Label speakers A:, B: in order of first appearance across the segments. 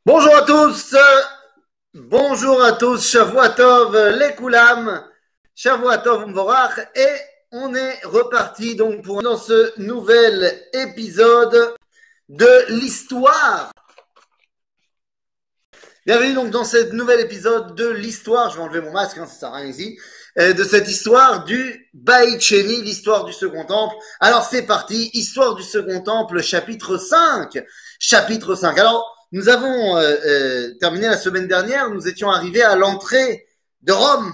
A: Bonjour à tous, Shavua Tov, les Koulam, Shavua Tov Mvorach, et on est reparti donc pour dans ce nouvel épisode de l'histoire. Bienvenue donc dans ce nouvel épisode de l'histoire, je vais enlever mon masque, ça sert à rien ici, de cette histoire du Beit Sheni, l'histoire du Second Temple. Alors c'est parti, histoire du Second Temple, chapitre 5. Alors, nous avons terminé la semaine dernière, nous étions arrivés à l'entrée de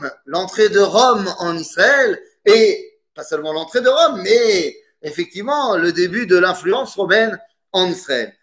A: Rome en Israël, et pas seulement l'entrée de Rome, mais effectivement le début de l'influence romaine en Israël.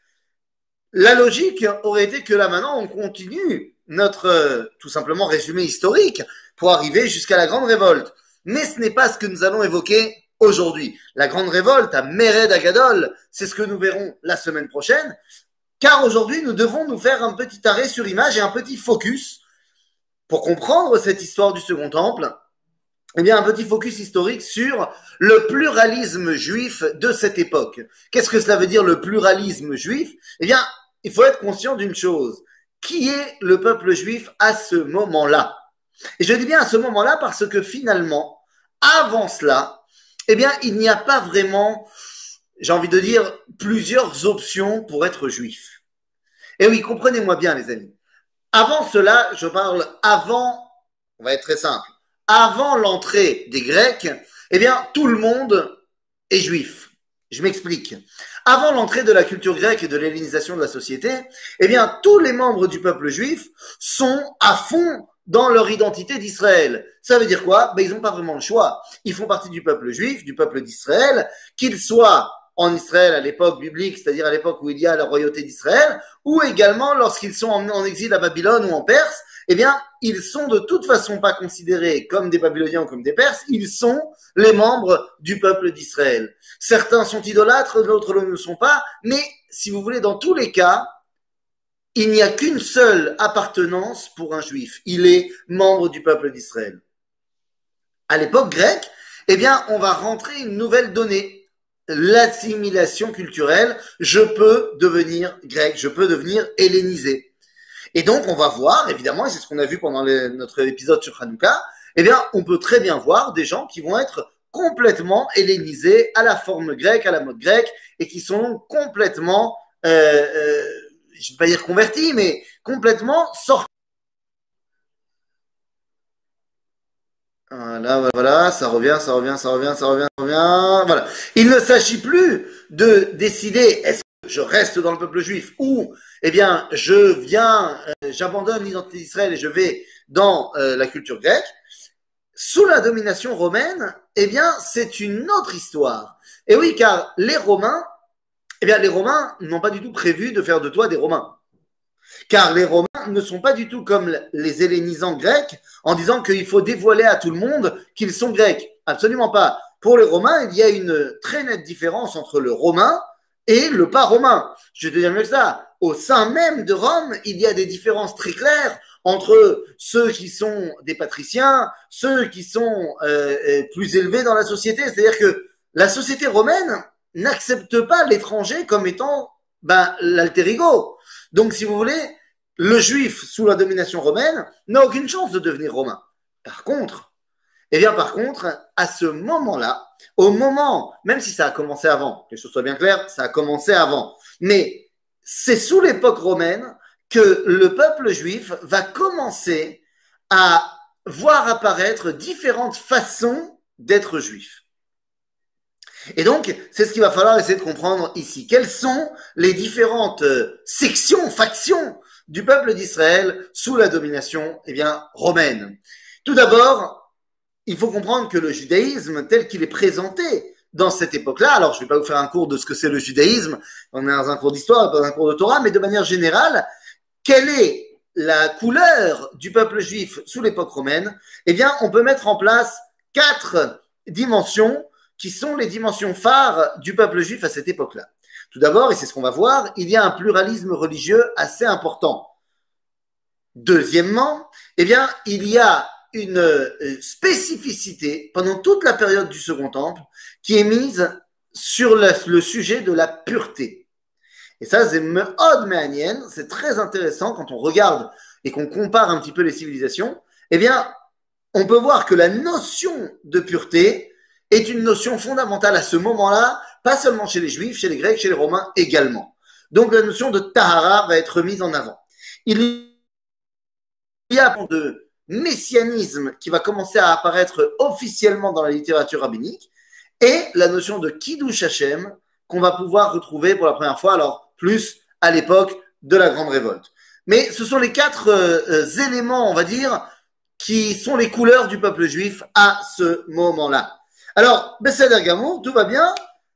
A: La logique aurait été que là maintenant on continue notre tout simplement résumé historique pour arriver jusqu'à la Grande Révolte. Mais ce n'est pas ce que nous allons évoquer aujourd'hui. La Grande Révolte à Mered Agadol, c'est ce que nous verrons la semaine prochaine. Car aujourd'hui, nous devons nous faire un petit arrêt sur image et un petit focus pour comprendre cette histoire du Second Temple. Eh bien, un petit focus historique sur le pluralisme juif de cette époque. Qu'est-ce que cela veut dire le pluralisme juif? Eh bien, il faut être conscient d'une chose. Qui est le peuple juif à ce moment-là? Et je dis bien à ce moment-là parce que finalement, avant cela, eh bien, il n'y a pas vraiment, j'ai envie de dire, plusieurs options pour être juif. Et oui, comprenez-moi bien, les amis. Avant cela, je parle avant, on va être très simple, avant l'entrée des Grecs, eh bien, tout le monde est juif. Je m'explique. Avant l'entrée de la culture grecque et de l'hellénisation de la société, eh bien, tous les membres du peuple juif sont à fond dans leur identité d'Israël. Ça veut dire quoi? Ben, ils n'ont pas vraiment le choix. Ils font partie du peuple juif, du peuple d'Israël, qu'ils soient en Israël à l'époque biblique, c'est-à-dire à l'époque où il y a la royauté d'Israël, ou également lorsqu'ils sont emmenés en exil à Babylone ou en Perse, eh bien, ils sont de toute façon pas considérés comme des Babyloniens ou comme des Perses, ils sont les membres du peuple d'Israël. Certains sont idolâtres, d'autres ne le sont pas, mais si vous voulez, dans tous les cas, il n'y a qu'une seule appartenance pour un juif. Il est membre du peuple d'Israël. À l'époque grecque, eh bien, on va rentrer une nouvelle donnée. L'assimilation culturelle. Je peux devenir grec, je peux devenir hellénisé. Et donc, on va voir, évidemment, et c'est ce qu'on a vu pendant notre épisode sur Hanouka, eh bien, on peut très bien voir des gens qui vont être complètement hellénisés à la forme grecque, à la mode grecque, et qui sont complètement, je ne vais pas dire convertis, mais complètement sortis. Voilà, ça revient. Voilà. Il ne s'agit plus de décider est-ce que je reste dans le peuple juif ou, eh bien, j'abandonne l'identité d'Israël et je vais dans la culture grecque. Sous la domination romaine, eh bien, c'est une autre histoire. Et oui, car les Romains n'ont pas du tout prévu de faire de toi des Romains. Car les Romains ne sont pas du tout comme les hellénisants grecs en disant qu'il faut dévoiler à tout le monde qu'ils sont grecs. Absolument pas. Pour les Romains, il y a une très nette différence entre le romain et le pas romain. Je vais te dire mieux que ça. Au sein même de Rome, il y a des différences très claires entre ceux qui sont des patriciens, ceux qui sont plus élevés dans la société. C'est-à-dire que la société romaine n'accepte pas l'étranger comme étant l'alter ego. Donc, si vous voulez, le juif sous la domination romaine n'a aucune chance de devenir romain. Par contre, à ce moment-là, au moment, même si ça a commencé avant, que les choses soient bien claires, ça a commencé avant, mais c'est sous l'époque romaine que le peuple juif va commencer à voir apparaître différentes façons d'être juif. Et donc, c'est ce qu'il va falloir essayer de comprendre ici. Quelles sont les différentes sections, factions du peuple d'Israël sous la domination romaine? Tout d'abord, il faut comprendre que le judaïsme tel qu'il est présenté dans cette époque-là, alors je ne vais pas vous faire un cours de ce que c'est le judaïsme, on est dans un cours d'histoire, pas dans un cours de Torah, mais de manière générale, quelle est la couleur du peuple juif sous l'époque romaine? Eh bien, on peut mettre en place 4 dimensions qui sont les dimensions phares du peuple juif à cette époque-là. Tout d'abord, et c'est ce qu'on va voir, il y a un pluralisme religieux assez important. Deuxièmement, eh bien, il y a une spécificité pendant toute la période du Second Temple qui est mise sur le sujet de la pureté. Et ça, c'est me'od me'anien, c'est très intéressant quand on regarde et qu'on compare un petit peu les civilisations. Eh bien, on peut voir que la notion de pureté est une notion fondamentale à ce moment-là, pas seulement chez les Juifs, chez les Grecs, chez les Romains également. Donc la notion de tahara va être mise en avant. Il y a de messianisme qui va commencer à apparaître officiellement dans la littérature rabbinique et la notion de Kiddush Hashem qu'on va pouvoir retrouver pour la première fois, alors plus à l'époque de la Grande Révolte. Mais ce sont les quatre éléments, on va dire, qui sont les couleurs du peuple juif à ce moment-là. Alors, Besséder Gamour, tout va bien.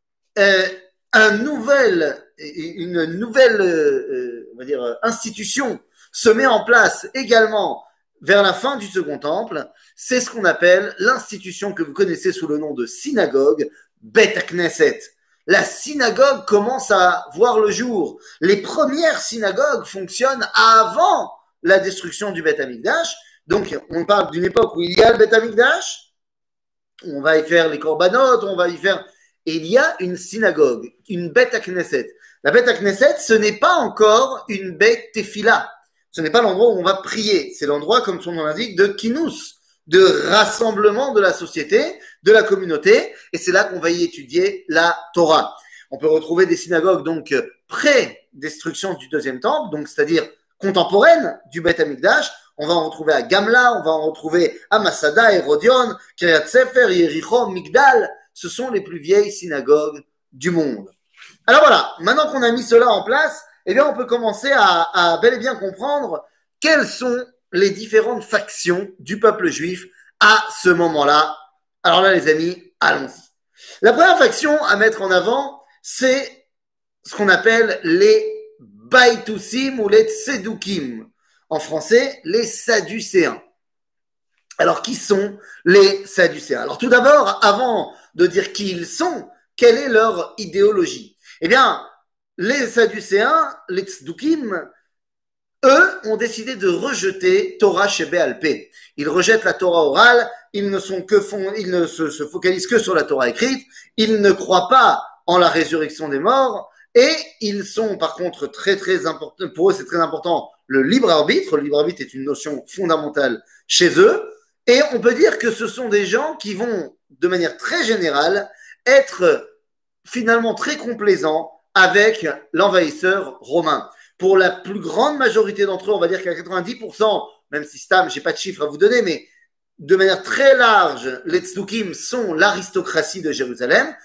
A: Une nouvelle on va dire, institution se met en place également vers la fin du Second Temple. C'est ce qu'on appelle l'institution que vous connaissez sous le nom de synagogue, Bet Knesset. La synagogue commence à voir le jour. Les premières synagogues fonctionnent avant la destruction du Bet Amikdash. Donc, on parle d'une époque où il y a le Bet Amikdash, on va y faire les korbanot, on va y faire... Et il y a une synagogue, une Bet Knesset. La Bet Knesset, ce n'est pas encore une Bet Tefila. Ce n'est pas l'endroit où on va prier. C'est l'endroit, comme son nom l'indique, de kinous, de rassemblement de la société, de la communauté. Et c'est là qu'on va y étudier la Torah. On peut retrouver des synagogues, donc, pré-destruction du deuxième temple, donc, c'est-à-dire contemporaines du Bet Amikdash. On va en retrouver à Gamla, on va en retrouver à Masada, Hérodion, Kiryat Sefer, Yericho, Migdal. Ce sont les plus vieilles synagogues du monde. Alors voilà, maintenant qu'on a mis cela en place, eh bien on peut commencer à bel et bien comprendre quelles sont les différentes factions du peuple juif à ce moment-là. Alors là les amis, allons-y. La première faction à mettre en avant, c'est ce qu'on appelle les Baïtoussim ou les Tsedoukim. En français, les Sadducéens. Alors, qui sont les Sadducéens? Alors, tout d'abord, avant de dire qui ils sont, quelle est leur idéologie? Eh bien, les Sadducéens, les Tzdukim, eux, ont décidé de rejeter Torah Shebé'al Peh. Ils rejettent la Torah orale, ils ne se focalisent que sur la Torah écrite, ils ne croient pas en la résurrection des morts, et ils sont, par contre, très, très importants, pour eux, c'est très important, le libre arbitre. Le libre arbitre est une notion fondamentale chez eux. Et on peut dire que ce sont des gens qui vont, de manière très générale, être finalement très complaisants avec l'envahisseur romain. Pour la plus grande majorité d'entre eux, on va dire qu'à 90%, même si Stam, j'ai pas de chiffres à vous donner, mais de manière très large, les Tzdukim sont l'aristocratie de Jérusalem.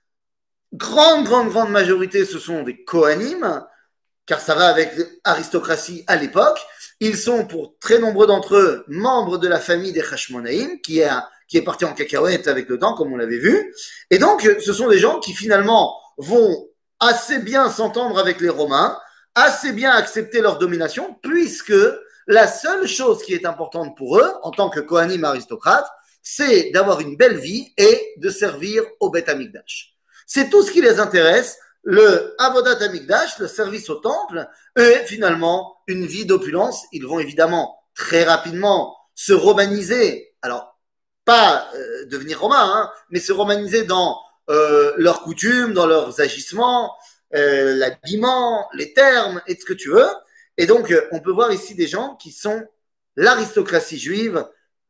A: Grande majorité, ce sont des Kohanim, car ça va avec l'aristocratie à l'époque. Ils sont, pour très nombreux d'entre eux, membres de la famille des Hashmonaïm, qui est partie en cacahuète avec le temps, comme on l'avait vu. Et donc, ce sont des gens qui, finalement, vont assez bien s'entendre avec les Romains, assez bien accepter leur domination, puisque la seule chose qui est importante pour eux, en tant que Kohanim aristocrates, c'est d'avoir une belle vie et de servir au Beth Amikdash. C'est tout ce qui les intéresse, le Avodat Amikdash, le service au temple, et finalement une vie d'opulence. Ils vont évidemment très rapidement se romaniser, alors pas devenir romains, hein, mais se romaniser dans leurs coutumes, dans leurs agissements, l'habillement, les termes, et ce que tu veux. Et donc on peut voir ici des gens qui sont l'aristocratie juive,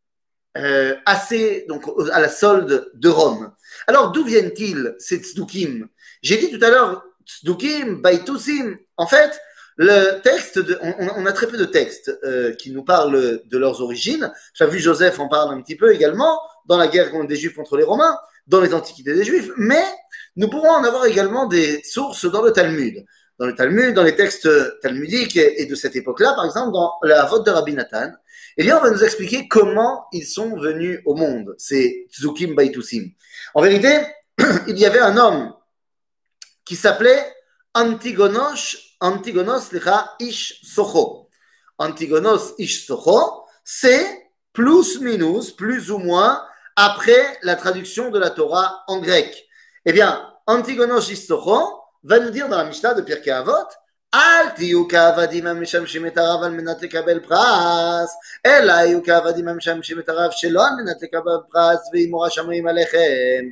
A: assez donc à la solde de Rome. Alors d'où viennent-ils ces tzdukim? J'ai dit tout à l'heure tzdukim, baïtoussim. En fait, le texte, on a très peu de textes qui nous parlent de leurs origines. J'ai vu Joseph en parle un petit peu également dans la guerre des Juifs contre les Romains, dans les Antiquités des Juifs, mais nous pourrons en avoir également des sources dans le Talmud. Dans le Talmud, dans les textes talmudiques et de cette époque-là, par exemple, dans la Avot de Rabbi Nathan, eh bien, on va nous expliquer comment ils sont venus au monde, ces Tzdukim Baïtoussim. En vérité, il y avait un homme qui s'appelait Antigonos Ish Socho. Antigonos Ish Socho, c'est plus ou moins, après la traduction de la Torah en grec. Eh bien, Antigonos Ish Socho va nous dire dans la Mishnah de Pirkei Avot, אל תהיו כעבדים המשמשים את הרב על מנת לקבל פרס, אלא יהיו כעבדים המשמשים את הרב שלא על מנת לקבל פרס וימור השמיים עליכם.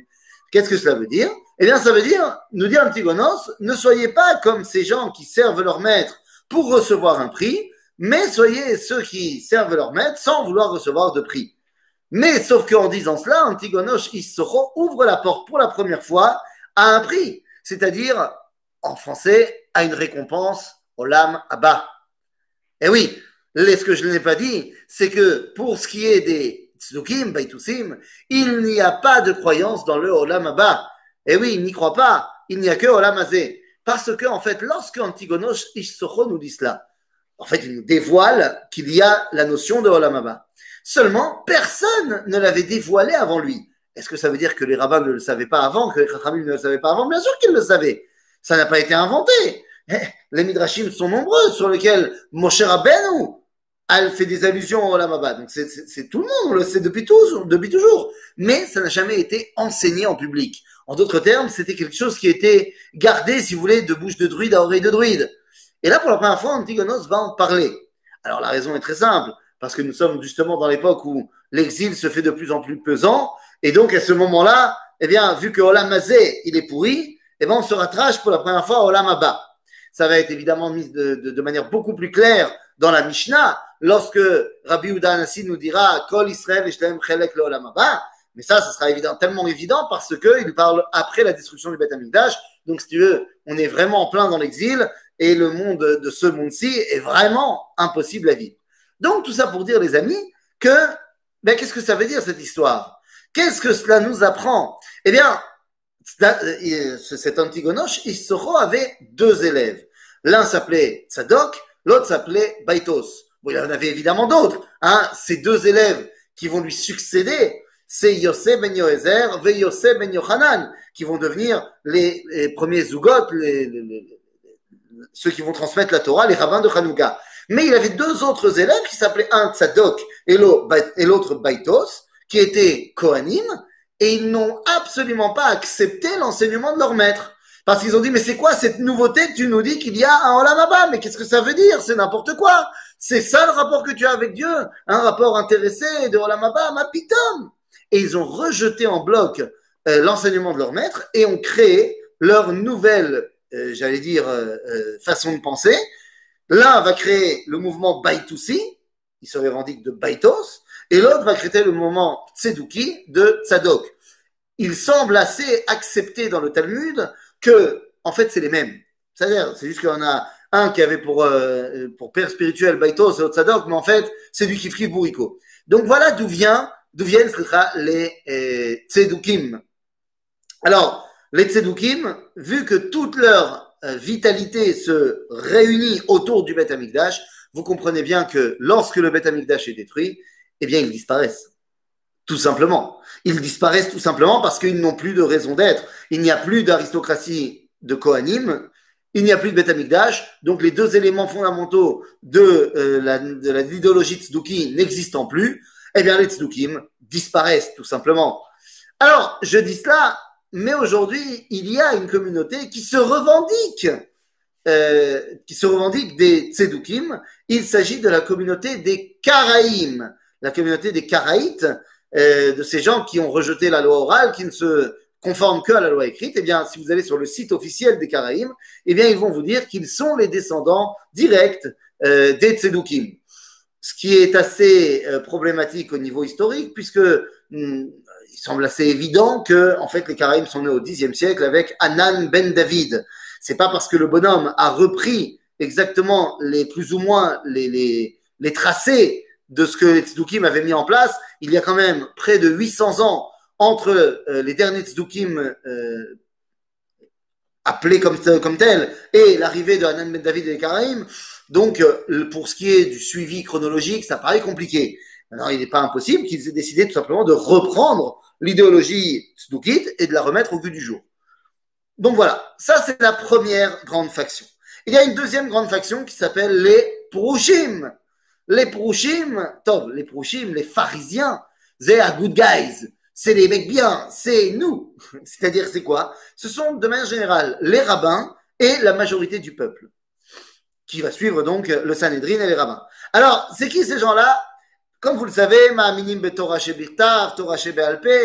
A: Qu'est-ce que cela veut dire? Eh bien, ça veut dire, nous dit Antigonos, ne soyez pas comme ces gens qui servent leur maître pour recevoir un prix, mais soyez ceux qui servent leur maître sans vouloir recevoir de prix. Mais sauf qu'en disant cela, Antigonos Issoro ouvre la porte pour la première fois à un prix, c'est-à-dire, en français, à une récompense Olam Abba. Et oui, ce que je n'ai pas dit, c'est que pour ce qui est des Tzdukim, Baitusim, il n'y a pas de croyance dans le Olam Abba. Et oui, il n'y croit pas, il n'y a que Olam Azé. Parce que, en fait, lorsque Antigonos Issoro nous dit cela, en fait, il nous dévoile qu'il y a la notion de Olam Abba. Seulement, personne ne l'avait dévoilé avant lui. Est-ce que ça veut dire que les rabbins ne le savaient pas avant, que les chachamim ne le savaient pas avant? Bien sûr qu'ils le savaient. Ça n'a pas été inventé. Les midrashim sont nombreux sur lesquels Moshe Rabbeinu elle fait des allusions au Olam Abba. Donc c'est tout le monde, on le sait depuis toujours. Mais ça n'a jamais été enseigné en public. En d'autres termes, c'était quelque chose qui était gardé, si vous voulez, de bouche de druide à oreille de druide. Et là, pour la première fois, Antigonos va en parler. Alors la raison est très simple, parce que nous sommes justement dans l'époque où l'exil se fait de plus en plus pesant, et donc à ce moment-là, eh bien, vu que Olam Hazé, il est pourri, eh bien, on se rattrache pour la première fois à Olam Abba. Ça va être évidemment mis de manière beaucoup plus claire dans la Mishnah, lorsque Rabbi Yehuda Hanassi nous dira Kol Israël Yishlehem Chelek leOlam Haba, mais ça sera évident, tellement évident parce qu'il parle après la destruction du Beth Amikdash. Donc, si tu veux, on est vraiment en plein dans l'exil et le monde de ce monde-ci est vraiment impossible à vivre. Donc, tout ça pour dire, les amis, que ben, qu'est-ce que ça veut dire cette histoire? Qu'est-ce que cela nous apprend? Eh bien, cet Antigonos Issoro avait deux élèves. L'un s'appelait Tzadok, l'autre s'appelait Baitos. Bon, il y en avait évidemment d'autres. Hein. Ces deux élèves qui vont lui succéder, c'est Yosef ben Yoézer et Yosef ben Yochanan, qui vont devenir les premiers Zugot, ceux qui vont transmettre la Torah, les rabbins de Hanouka. Mais il avait deux autres élèves qui s'appelaient un Tzadok et l'autre Baitos, qui étaient Kohanim, et ils n'ont absolument pas accepté l'enseignement de leur maître. Parce qu'ils ont dit, mais c'est quoi cette nouveauté que tu nous dis qu'il y a un Olam Haba? Mais qu'est-ce que ça veut dire? C'est n'importe quoi. C'est ça le rapport que tu as avec Dieu? Un rapport intéressé de Olam Haba, ma pitom. Et ils ont rejeté en bloc l'enseignement de leur maître et ont créé leur nouvelle, façon de penser. L'un va créer le mouvement Baitoussi, il se revendique de Baitos, et l'autre va créer le mouvement Tsedouki de Tzadok. Il semble assez accepté dans le Talmud que, en fait, c'est les mêmes. C'est-à-dire, c'est juste qu'il y en a un qui avait pour père spirituel Baitos et l'autre Tzadok, mais en fait, c'est du Kifri Bouriko. Donc voilà d'où viennent les Tzedoukim. Alors, les Tzedoukim, vu que toute leur vitalité se réunit autour du Beth Amikdash, vous comprenez bien que lorsque le Beth Amikdash est détruit, eh bien, ils disparaissent. Tout simplement. Ils disparaissent tout simplement parce qu'ils n'ont plus de raison d'être. Il n'y a plus d'aristocratie de Kohanim, il n'y a plus de Beth Amikdash, donc les deux éléments fondamentaux de l'idéologie Tzedouki n'existant plus, eh bien, les Tzedoukim disparaissent tout simplement. Alors, je dis cela, mais aujourd'hui, il y a une communauté qui se revendique des Tzedoukim. Il s'agit de la communauté des Karaïm, la communauté des Karaïtes, de ces gens qui ont rejeté la loi orale, qui ne se conforment que à la loi écrite. Eh bien, si vous allez sur le site officiel des Karaïm, eh bien, ils vont vous dire qu'ils sont les descendants directs des Tzedoukim. Ce qui est assez problématique au niveau historique, puisque il semble assez évident que, en fait, les Karaïm sont nés au Xe siècle avec Hanan ben David. C'est pas parce que le bonhomme a repris exactement plus ou moins les tracés de ce que les Tzedoukim avaient mis en place. Il y a quand même près de 800 ans entre les derniers Tzedoukim appelés comme tels et l'arrivée de Hanan ben David et les Karaïm. Donc, pour ce qui est du suivi chronologique, ça paraît compliqué. Maintenant, il n'est pas impossible qu'ils aient décidé tout simplement de reprendre l'idéologie tzeddoukite et de la remettre au goût du jour. Donc voilà, ça c'est la première grande faction. Il y a une deuxième grande faction qui s'appelle les Prouchim. Les Prouchim, les Prouchim, les pharisiens, they are good guys. C'est les mecs bien, c'est nous. C'est-à-dire, c'est quoi? Ce sont de manière générale les rabbins et la majorité du peuple, qui va suivre donc le Sanhedrin et les rabbins. Alors, c'est qui ces gens-là? Comme vous le savez, Ma'aminim beTorah shebichtav, Torah shebe'alpeh,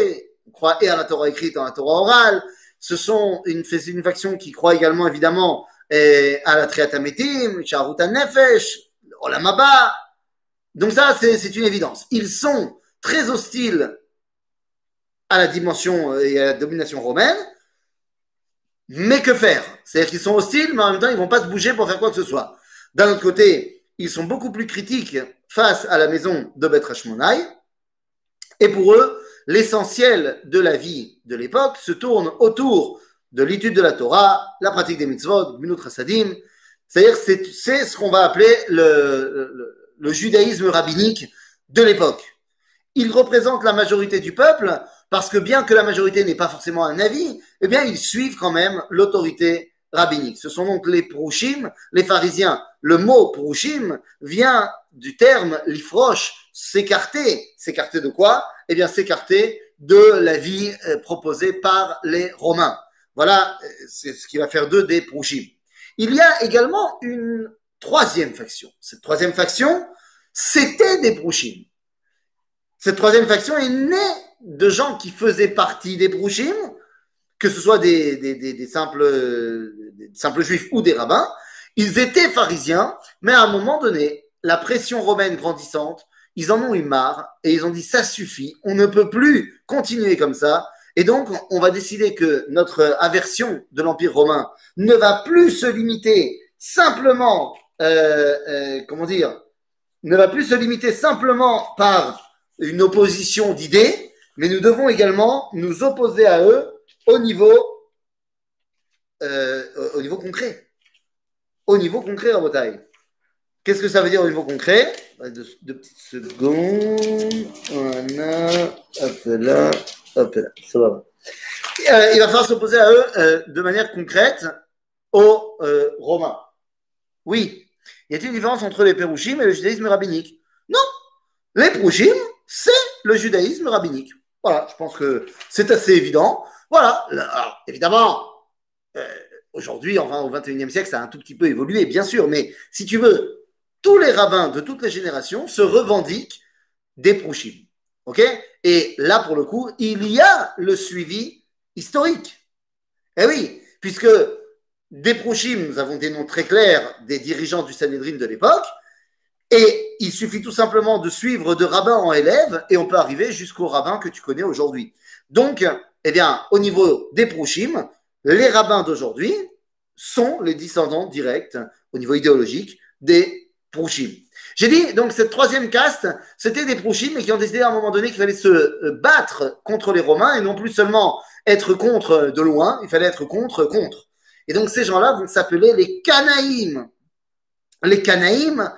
A: on croit et à la Torah écrite et à la Torah orale. C'est une faction qui croit également, évidemment, à la Triat HaMetim, Shaharut HaNefesh, Olam Haba. Donc ça, c'est une évidence. Ils sont très hostiles à la dimension et à la domination romaine, mais que faire? C'est-à-dire qu'ils sont hostiles, mais en même temps, ils ne vont pas se bouger pour faire quoi que ce soit. D'un autre côté, ils sont beaucoup plus critiques face à la maison de Beth Hashmonai, et pour eux, l'essentiel de la vie de l'époque se tourne autour de l'étude de la Torah, la pratique des mitzvot, Gminut Chassadim, c'est-à-dire c'est ce qu'on va appeler le judaïsme rabbinique de l'époque. Il représente la majorité du peuple, parce que bien que la majorité n'ait pas forcément un avis, eh bien ils suivent quand même l'autorité rabbinique. Ce sont donc les Prouchim, les pharisiens. Le mot Prouchim vient du terme lifrosh, s'écarter. S'écarter de quoi? Eh bien s'écarter de la vie proposée par les Romains. Voilà, c'est ce qui va faire d'eux des Prouchim. Il y a également une troisième faction. Cette troisième faction, c'était des Prouchim. Cette troisième faction est née de gens qui faisaient partie des Prouchim, que ce soit des simples juifs ou des rabbins. Ils étaient pharisiens, mais à un moment donné, la pression romaine grandissante, ils en ont eu marre et ils ont dit ça suffit, on ne peut plus continuer comme ça. Et donc, on va décider que notre aversion de l'Empire romain ne va plus se limiter simplement, ne va plus se limiter simplement par une opposition d'idées, mais nous devons également nous opposer à eux au niveau concret. Au niveau concret, Rabotai. Qu'est-ce que ça veut dire au niveau concret? Deux petites secondes. Voilà. Hop là. Ça va. Il va falloir s'opposer à eux de manière concrète aux Romains. Oui. Y a-t-il une différence entre les Pérouchim et le judaïsme rabbinique? Non. Les Pérouchim, c'est le judaïsme rabbinique. Voilà, je pense que c'est assez évident. Voilà. Alors, évidemment, aujourd'hui, enfin, au XXIe siècle, ça a un tout petit peu évolué, bien sûr, mais si tu veux, tous les rabbins de toutes les générations se revendiquent des Prouchim. OK? Et là, pour le coup, il y a le suivi historique. Eh oui, puisque des Prouchim, nous avons des noms très clairs des dirigeants du Sanhédrin de l'époque, et il suffit tout simplement de suivre de rabbin en élève et on peut arriver jusqu'au rabbin que tu connais aujourd'hui. Donc, eh bien, au niveau des Prouchim, les rabbins d'aujourd'hui sont les descendants directs au niveau idéologique des Prouchim. J'ai dit, donc, cette troisième caste, c'était des Prouchim, mais qui ont décidé à un moment donné qu'il fallait se battre contre les Romains et non plus seulement être contre de loin, il fallait être contre. Et donc, ces gens-là vont s'appeler les Canaïm. Les Canaïm,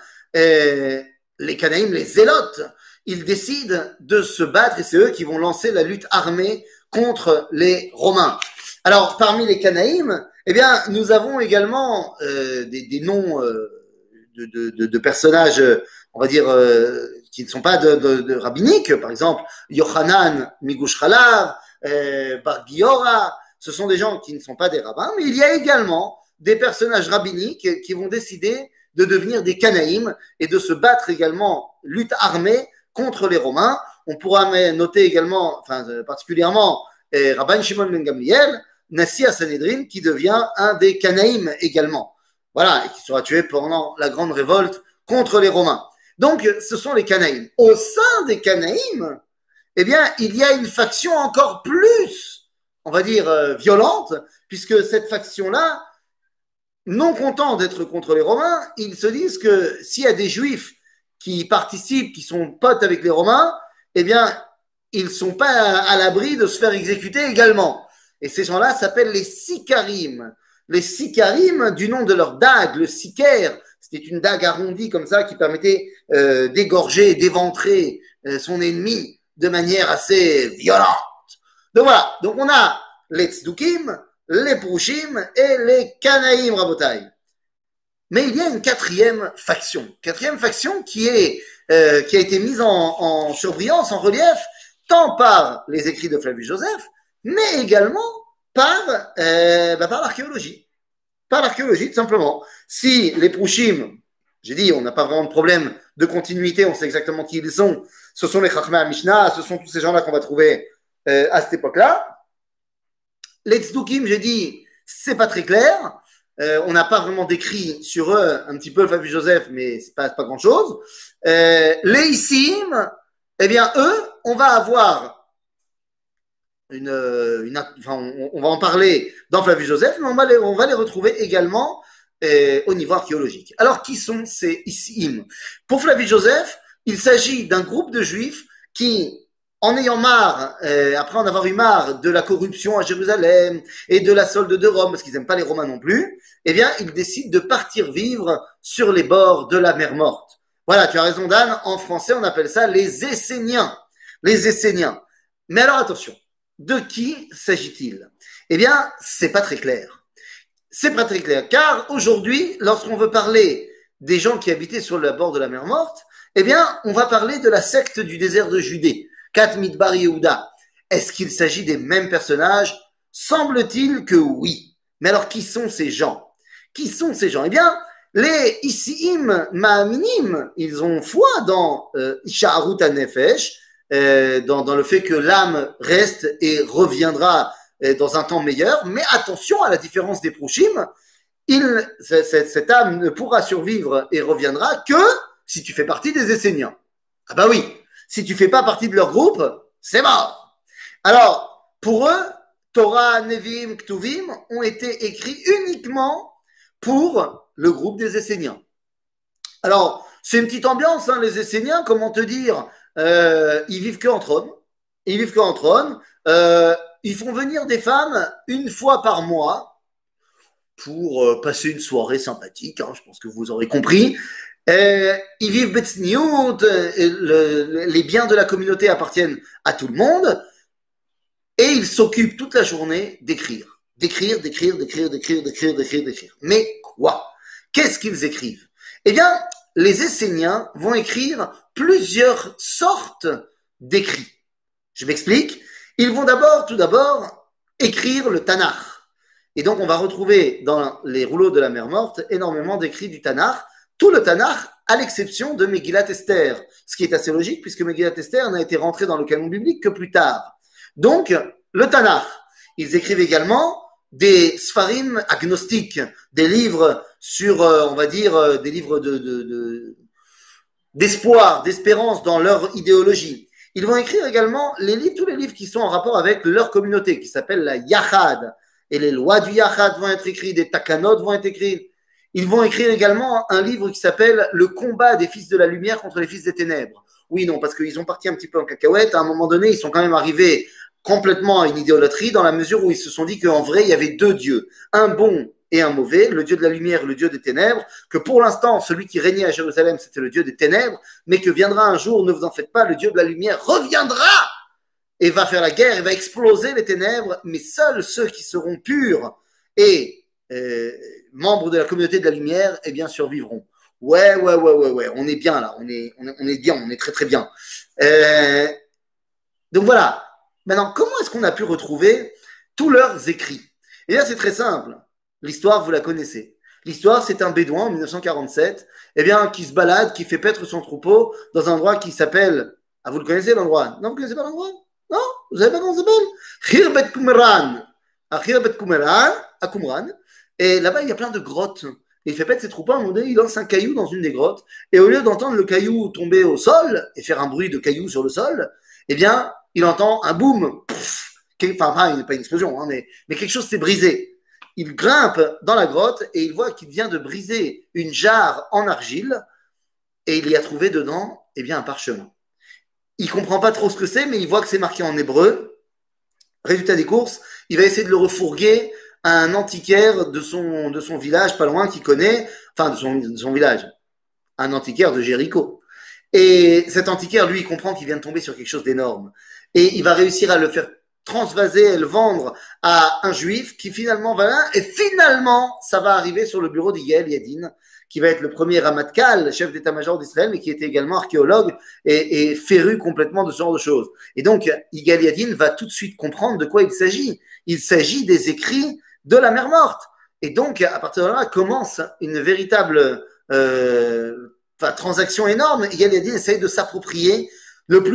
A: les zélotes, ils décident de se battre et c'est eux qui vont lancer la lutte armée contre les Romains. Alors, parmi les Canaïm, eh bien, nous avons également des noms de personnages, on va dire, qui ne sont pas de rabbiniques. Par exemple, Yochanan Migush Chalav, Bar Giora, ce sont des gens qui ne sont pas des rabbins, mais il y a également des personnages rabbiniques qui vont décider de devenir des Canaïm et de se battre également, lutte armée contre les Romains. On pourra noter également, enfin particulièrement, Rabban Shimon ben Gamliel, Nassi à Sanhédrin, qui devient un des Canaïm également. Voilà, et qui sera tué pendant la grande révolte contre les Romains. Donc, ce sont les Canaïm. Au sein des Canaïm, eh bien, il y a une faction encore plus, on va dire, violente, puisque cette faction-là, non contents d'être contre les Romains, ils se disent que s'il y a des Juifs qui participent, qui sont potes avec les Romains, eh bien, ils ne sont pas à l'abri de se faire exécuter également. Et ces gens-là s'appellent les Sikarim. Les Sikarim, du nom de leur dague, le Siker, c'était une dague arrondie comme ça qui permettait d'égorger, d'éventrer son ennemi de manière assez violente. Donc voilà, donc on a les Tzdukim, les Prouchim et les Canaïm Rabotai. Mais il y a une quatrième faction qui a été mise en surbrillance, en relief, tant par les écrits de Flavius Joseph, mais également par l'archéologie. Par l'archéologie, tout simplement. Si les Prouchim, j'ai dit, on n'a pas vraiment de problème de continuité, on sait exactement qui ils sont, ce sont les Chachmei Mishnah, ce sont tous ces gens-là qu'on va trouver à cette époque-là. Les tzdukim, j'ai dit, c'est pas très clair. On n'a pas vraiment décrit sur eux un petit peu le Flavius Joseph, mais c'est pas grand-chose. Les Issim, eh bien, eux, on va avoir on va en parler dans Flavius Joseph, mais on va les retrouver également au niveau archéologique. Alors, qui sont ces Issim? Pour Flavius Joseph, il s'agit d'un groupe de juifs qui, en ayant marre, après en avoir eu marre de la corruption à Jérusalem et de la solde de Rome, parce qu'ils n'aiment pas les Romains non plus, eh bien, ils décident de partir vivre sur les bords de la mer Morte. Voilà, tu as raison, Dan. En français, on appelle ça les Esséniens. Les Esséniens. Mais alors, attention. De qui s'agit-il? Eh bien, c'est pas très clair. C'est pas très clair, car aujourd'hui, lorsqu'on veut parler des gens qui habitaient sur le bord de la mer Morte, eh bien, on va parler de la secte du désert de Judée, Kat Midbar Yehuda. Est-ce qu'il s'agit des mêmes personnages? Semble-t-il que oui. Mais alors, qui sont ces gens? Qui sont ces gens? Eh bien, les Isiim Ma'aminim, ils ont foi dans Isha'arut HaNefesh, dans le fait que l'âme reste et reviendra dans un temps meilleur. Mais attention, à la différence des Proshim, cette âme ne pourra survivre et reviendra que si tu fais partie des Esséniens. Ah bah oui, si tu fais pas partie de leur groupe, c'est mort. Alors, pour eux, Torah, Nevim, Ktuvim ont été écrits uniquement pour le groupe des Esséniens. Alors, c'est une petite ambiance, hein, les Esséniens, comment te dire, ils vivent que entre hommes. Ils vivent que entre hommes. Ils font venir des femmes une fois par mois pour passer une soirée sympathique, hein, je pense que vous aurez compris. Ils vivent Betsniout, les biens de la communauté appartiennent à tout le monde, et ils s'occupent toute la journée d'écrire. D'écrire. Mais quoi? Qu'est-ce qu'ils écrivent? Eh bien, les Esséniens vont écrire plusieurs sortes d'écrits. Je m'explique. Ils vont tout d'abord, écrire le Tanakh. Et donc, on va retrouver dans les rouleaux de la mer Morte énormément d'écrits du Tanakh, tout le Tanakh, à l'exception de Megillat Esther. Ce qui est assez logique, puisque Megillat Esther n'a été rentré dans le canon biblique que plus tard. Donc, le Tanakh. Ils écrivent également des Sfarim agnostiques, des livres sur, on va dire, des livres d'espoir, d'espérance dans leur idéologie. Ils vont écrire également tous les livres qui sont en rapport avec leur communauté, qui s'appelle la Yachad. Et les lois du Yachad vont être écrites, des Takanot vont être écrites. Ils vont écrire également un livre qui s'appelle Le combat des fils de la lumière contre les fils des ténèbres. Oui, non, parce qu'ils ont parti un petit peu en cacahuète. À un moment donné, ils sont quand même arrivés complètement à une idolâtrie dans la mesure où ils se sont dit qu'en vrai, il y avait deux dieux, un bon et un mauvais, le dieu de la lumière et le dieu des ténèbres, que pour l'instant, celui qui régnait à Jérusalem, c'était le dieu des ténèbres, mais que viendra un jour, ne vous en faites pas, le dieu de la lumière reviendra et va faire la guerre, et va exploser les ténèbres, mais seuls ceux qui seront purs et membres de la communauté de la lumière, eh bien, survivront. Ouais, on est bien là, on est bien, on est très très bien. Donc voilà. Maintenant, comment est-ce qu'on a pu retrouver tous leurs écrits? Eh bien, c'est très simple. L'histoire, vous la connaissez. L'histoire, c'est un bédouin en 1947, eh bien, qui se balade, qui fait paître son troupeau dans un endroit qui s'appelle. Ah, vous le connaissez l'endroit? Non, vous ne connaissez pas l'endroit? Non? Vous savez pas comment ça s'appelle? Khirbet Qumran. À Khirbet Qumran, à Qumran. Et là-bas, il y a plein de grottes. Et il fait paître ses troupeaux. À un moment donné, il lance un caillou dans une des grottes. Et au lieu d'entendre le caillou tomber au sol et faire un bruit de caillou sur le sol, eh bien, il entend un boum. Enfin, pas une explosion, hein, mais quelque chose s'est brisé. Il grimpe dans la grotte et il voit qu'il vient de briser une jarre en argile et il y a trouvé dedans, eh bien, un parchemin. Il comprend pas trop ce que c'est, mais il voit que c'est marqué en hébreu. Résultat des courses, il va essayer de le refourguer à un antiquaire de son village, pas loin, qu'il connaît, enfin, de son village, un antiquaire de Jéricho. Et cet antiquaire, lui, il comprend qu'il vient de tomber sur quelque chose d'énorme. Et il va réussir à le faire transvaser et le vendre à un juif qui finalement va là, et finalement, ça va arriver sur le bureau d'Yigael Yadin, qui va être le premier Ramatkal, chef d'état-major d'Israël, mais qui était également archéologue et féru complètement de ce genre de choses. Et donc, Yigael Yadin va tout de suite comprendre de quoi il s'agit. Il s'agit des écrits de la mer Morte. Et donc, à partir de là, commence une véritable transaction énorme. Yigael Yadin essaye de s'approprier le plus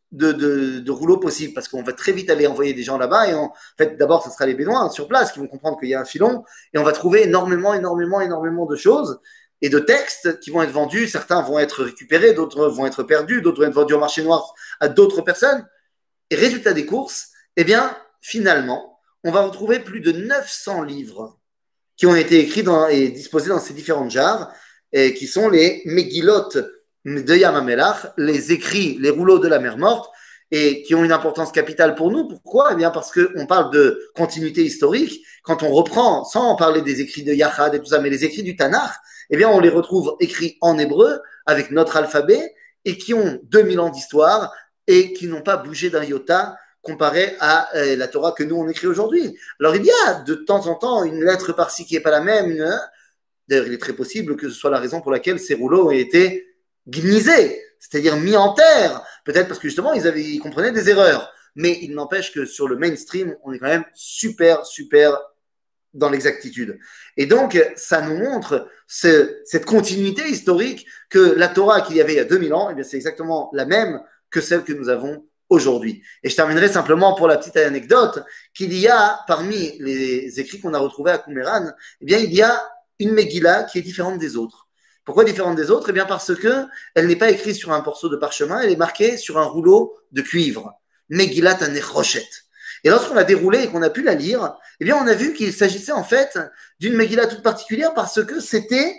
A: de rouleaux possibles parce qu'on va très vite aller envoyer des gens là-bas et en fait, d'abord, ce sera les Bédouins sur place qui vont comprendre qu'il y a un filon et on va trouver énormément de choses et de textes qui vont être vendus. Certains vont être récupérés, d'autres vont être perdus, d'autres vont être vendus au marché noir à d'autres personnes. Et résultat des courses, eh bien, finalement, on va retrouver plus de 900 livres qui ont été écrits et disposés dans ces différentes jarres, et qui sont les Megillot de Yam HaMelach, les écrits, les rouleaux de la mer morte, et qui ont une importance capitale pour nous. Pourquoi? Eh bien, parce qu'on parle de continuité historique. Quand on reprend, sans parler des écrits de Yachad et tout ça, mais les écrits du Tanakh, eh bien, on les retrouve écrits en hébreu, avec notre alphabet, et qui ont 2000 ans d'histoire, et qui n'ont pas bougé d'un iota comparé à la Torah que nous, on écrit aujourd'hui. Alors, il y a de temps en temps une lettre par-ci qui n'est pas la même. D'ailleurs, il est très possible que ce soit la raison pour laquelle ces rouleaux ont été gnisés, c'est-à-dire mis en terre. Peut-être parce que justement, ils comprenaient des erreurs. Mais il n'empêche que sur le mainstream, on est quand même super dans l'exactitude. Et donc, ça nous montre cette continuité historique que la Torah qu'il y avait il y a 2000 ans, eh bien, c'est exactement la même que celle que nous avons aujourd'hui. Et je terminerai simplement pour la petite anecdote qu'il y a parmi les écrits qu'on a retrouvés à Qumran, eh bien, il y a une Megillah qui est différente des autres. Pourquoi différente des autres? Eh bien, parce que elle n'est pas écrite sur un morceau de parchemin, elle est marquée sur un rouleau de cuivre. Megillat Hanechoshet. Et lorsqu'on l'a déroulée et qu'on a pu la lire, eh bien, on a vu qu'il s'agissait en fait d'une Megillah toute particulière parce que c'était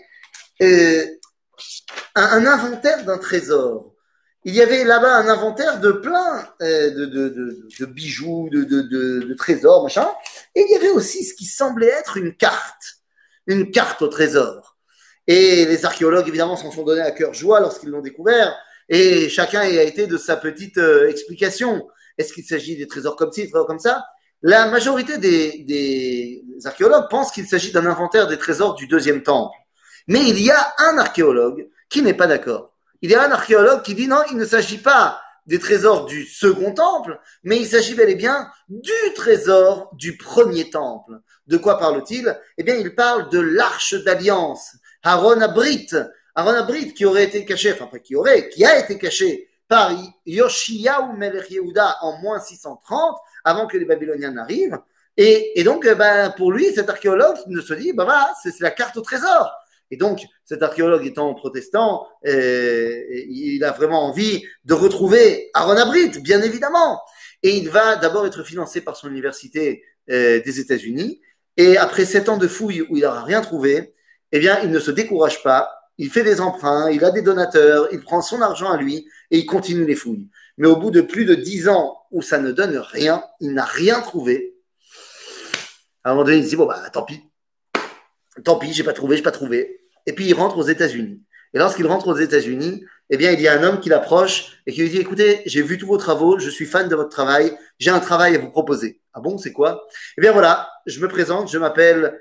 A: un inventaire d'un trésor. Il y avait là-bas un inventaire de plein de bijoux, de trésors, machin. Et il y avait aussi ce qui semblait être une carte au trésor. Et les archéologues, évidemment, s'en sont donnés à cœur joie lorsqu'ils l'ont découvert. Et chacun a été de sa petite explication. Est-ce qu'il s'agit des trésors comme ci, des trésors comme ça? La majorité des archéologues pensent qu'il s'agit d'un inventaire des trésors du deuxième temple. Mais il y a un archéologue qui n'est pas d'accord. Il y a un archéologue qui dit non, il ne s'agit pas des trésors du second temple, mais il s'agit bel et bien du trésor du premier temple. De quoi parle-t-il? Eh bien, il parle de l'arche d'alliance, Aaron Abrit, qui aurait été caché, enfin pas qui a été caché par Yoshiyahu Melech Yehuda en moins 630, avant que les Babyloniens n'arrivent. Et donc, pour lui, cet archéologue ne se dit, voilà, c'est la carte au trésor. Et donc, cet archéologue étant protestant, il a vraiment envie de retrouver Aaron Abrit, bien évidemment. Et il va d'abord être financé par son université des États-Unis. Et après 7 ans de fouilles où il n'aura rien trouvé, eh bien, il ne se décourage pas. Il fait des emprunts, il a des donateurs, il prend son argent à lui et il continue les fouilles. Mais au bout de plus de 10 ans où ça ne donne rien, il n'a rien trouvé. À un moment donné, il se dit, bon, tant pis, j'ai pas trouvé. Et puis il rentre aux États-Unis. Et lorsqu'il rentre aux États-Unis, eh bien, il y a un homme qui l'approche et qui lui dit, écoutez, j'ai vu tous vos travaux, je suis fan de votre travail, j'ai un travail à vous proposer. Ah bon, c'est quoi? Eh bien voilà, je me présente, je m'appelle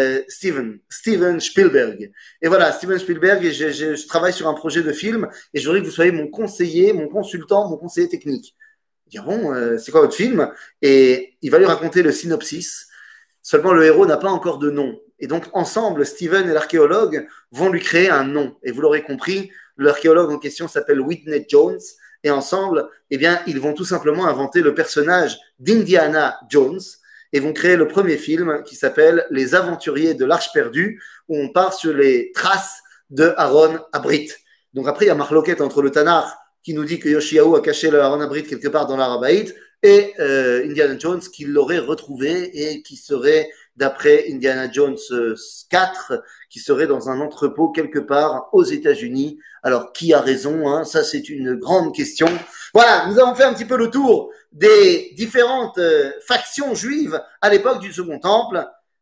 A: Steven Spielberg. Et voilà, Steven Spielberg, et je travaille sur un projet de film et je voudrais que vous soyez mon conseiller, mon consultant, mon conseiller technique. Il dit, ah bon, c'est quoi votre film? Et il va lui raconter le synopsis. Seulement, le héros n'a pas encore de nom. Et donc, ensemble, Steven et l'archéologue vont lui créer un nom. Et vous l'aurez compris, l'archéologue en question s'appelle Whitney Jones. Et ensemble, eh bien, ils vont tout simplement inventer le personnage d'Indiana Jones et vont créer le premier film qui s'appelle Les Aventuriers de l'Arche perdue, où on part sur les traces de Aaron Abrit. Donc après, il y a marloquette entre le Tanakh qui nous dit que Yoshiyahu a caché le Aaron Abrit quelque part dans l'Arabaïte et Indiana Jones qui l'aurait retrouvé et qui serait, d'après Indiana Jones 4, qui serait dans un entrepôt quelque part aux États-Unis. Alors, qui a raison, hein? Ça, c'est une grande question. Voilà, nous avons fait un petit peu le tour des différentes factions juives à l'époque du Second Temple,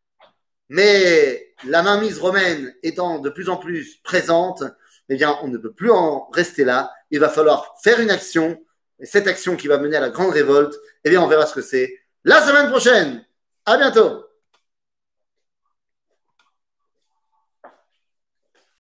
A: mais la mainmise romaine étant de plus en plus présente, eh bien, on ne peut plus en rester là. Il va falloir faire une action. Et cette action qui va mener à la grande révolte, eh bien, on verra ce que c'est la semaine prochaine. À bientôt.